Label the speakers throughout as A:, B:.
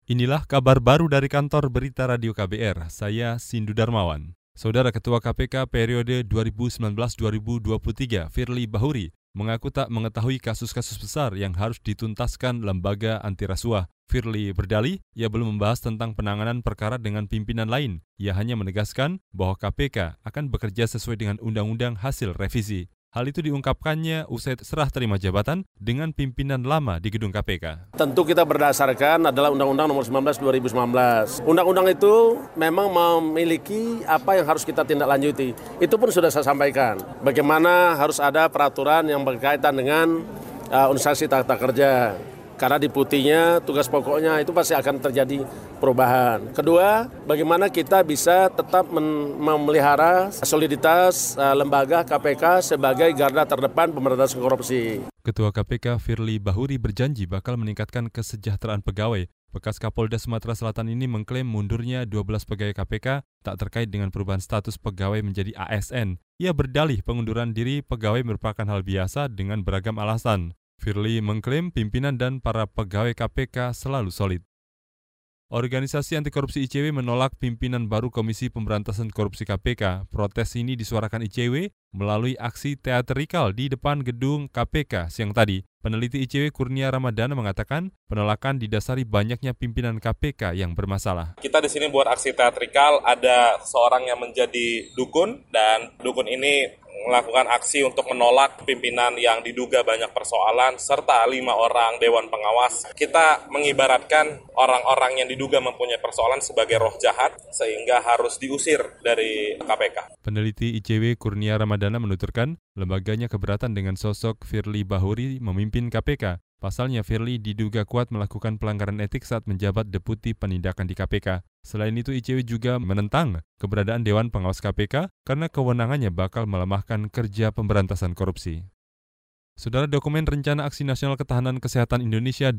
A: Inilah kabar baru dari kantor Berita Radio KBR, saya Sindu Darmawan. Saudara Ketua KPK periode 2019-2023, Firly Bahuri, mengaku tak mengetahui kasus-kasus besar yang harus dituntaskan lembaga anti rasuah. Firly berdalih, ia belum membahas tentang penanganan perkara dengan pimpinan lain. Ia hanya menegaskan bahwa KPK akan bekerja sesuai dengan undang-undang hasil revisi. Hal itu diungkapkannya usai serah terima jabatan dengan pimpinan lama di gedung KPK.
B: Tentu kita berdasarkan adalah Undang-Undang Nomor 19 2019. Undang-undang itu memang memiliki apa yang harus kita tindak lanjuti. Itu pun sudah saya sampaikan. Bagaimana harus ada peraturan yang berkaitan dengan organisasi tata kerja. Karena di putihnya, tugas pokoknya itu pasti akan terjadi perubahan. Kedua, bagaimana kita bisa tetap memelihara soliditas lembaga KPK sebagai garda terdepan pemberantasan korupsi.
A: Ketua KPK Firly Bahuri berjanji bakal meningkatkan kesejahteraan pegawai. Bekas Kapolda Sumatera Selatan ini mengklaim mundurnya 12 pegawai KPK tak terkait dengan perubahan status pegawai menjadi ASN. Ia berdalih pengunduran diri pegawai merupakan hal biasa dengan beragam alasan. Firly mengklaim pimpinan dan para pegawai KPK selalu solid. Organisasi anti korupsi ICW menolak pimpinan baru Komisi Pemberantasan Korupsi KPK. Protes ini disuarakan ICW melalui aksi teatrikal di depan gedung KPK siang tadi. Peneliti ICW Kurnia Ramadana mengatakan penolakan didasari banyaknya pimpinan KPK yang bermasalah.
C: Kita di sini buat aksi teatrikal, ada seorang yang menjadi dukun dan dukun ini melakukan aksi untuk menolak pimpinan yang diduga banyak persoalan serta 5 orang Dewan Pengawas. Kita mengibaratkan orang-orang yang diduga mempunyai persoalan sebagai roh jahat sehingga harus diusir dari KPK.
A: Peneliti ICW Kurnia Ramadana menuturkan lembaganya keberatan dengan sosok Firly Bahuri memimpin KPK. Pasalnya, Firly diduga kuat melakukan pelanggaran etik saat menjabat Deputi Penindakan di KPK. Selain itu, ICW juga menentang keberadaan Dewan Pengawas KPK karena kewenangannya bakal melemahkan kerja pemberantasan korupsi. Saudara, dokumen Rencana Aksi Nasional Ketahanan Kesehatan Indonesia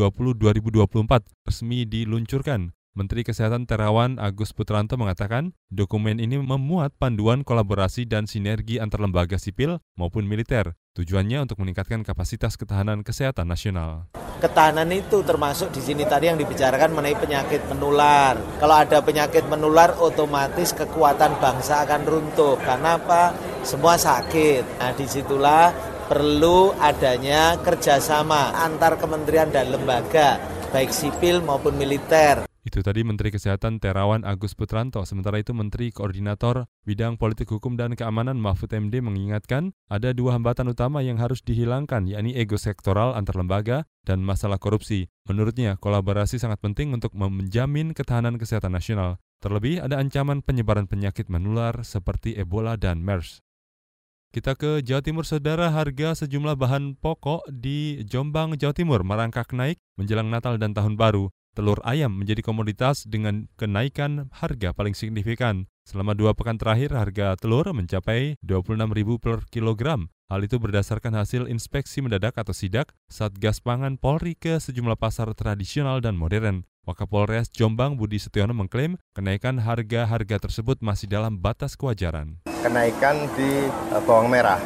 A: 2020-2024 resmi diluncurkan. Menteri Kesehatan Terawan Agus Putranto mengatakan dokumen ini memuat panduan kolaborasi dan sinergi antar lembaga sipil maupun militer. Tujuannya untuk meningkatkan kapasitas ketahanan kesehatan nasional.
D: Ketahanan itu termasuk di sini tadi yang dibicarakan mengenai penyakit menular. Kalau ada penyakit menular, otomatis kekuatan bangsa akan runtuh. Karena apa? Semua sakit. Nah, disitulah perlu adanya kerjasama antar kementerian dan lembaga, baik sipil maupun militer.
A: Itu tadi Menteri Kesehatan Terawan Agus Putranto. Sementara itu Menteri Koordinator Bidang Politik Hukum dan Keamanan Mahfud MD mengingatkan ada 2 hambatan utama yang harus dihilangkan, yakni ego sektoral antar lembaga dan masalah korupsi. Menurutnya, kolaborasi sangat penting untuk menjamin ketahanan kesehatan nasional. Terlebih ada ancaman penyebaran penyakit menular seperti Ebola dan MERS. Kita ke Jawa Timur, saudara. Harga sejumlah bahan pokok di Jombang, Jawa Timur merangkak naik menjelang Natal dan Tahun Baru. Telur ayam menjadi komoditas dengan kenaikan harga paling signifikan. Selama 2 pekan terakhir, harga telur mencapai Rp26.000 per kilogram. Hal itu berdasarkan hasil inspeksi mendadak atau sidak Satgas Pangan Polri ke sejumlah pasar tradisional dan modern. Wakapolres Jombang Budi Setiono mengklaim kenaikan harga-harga tersebut masih dalam batas kewajaran.
E: Kenaikan di bawang merah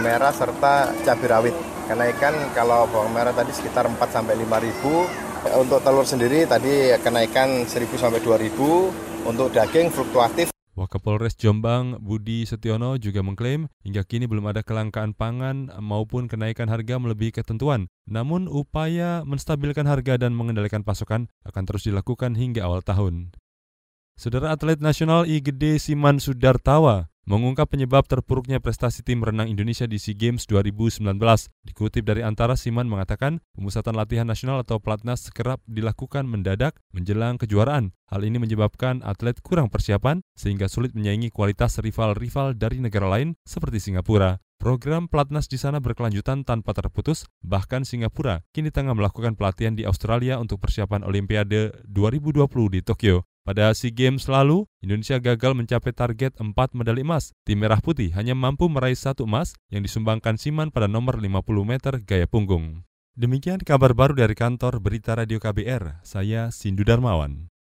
E: serta cabai rawit. Kenaikan kalau bawang merah tadi sekitar 4-5.000. Untuk telur sendiri tadi kenaikan 1.000-2.000, untuk daging fluktuatif.
A: Wakapolres Jombang Budi Setiono juga mengklaim hingga kini belum ada kelangkaan pangan maupun kenaikan harga melebihi ketentuan. Namun upaya menstabilkan harga dan mengendalikan pasokan akan terus dilakukan hingga awal tahun. Saudara, atlet nasional IGD Siman Sudartawa mengungkap penyebab terpuruknya prestasi tim renang Indonesia di SEA Games 2019. Dikutip dari Antara, Siman mengatakan pemusatan latihan nasional atau Platnas kerap dilakukan mendadak menjelang kejuaraan. Hal ini menyebabkan atlet kurang persiapan sehingga sulit menyaingi kualitas rival-rival dari negara lain seperti Singapura. Program Platnas di sana berkelanjutan tanpa terputus, bahkan Singapura kini tengah melakukan pelatihan di Australia untuk persiapan Olimpiade 2020 di Tokyo. Pada SEA Games lalu, Indonesia gagal mencapai target 4 medali emas. Tim Merah Putih hanya mampu meraih 1 emas yang disumbangkan Siman pada nomor 50 meter gaya punggung. Demikian kabar baru dari kantor Berita Radio KBR, saya Sindu Darmawan.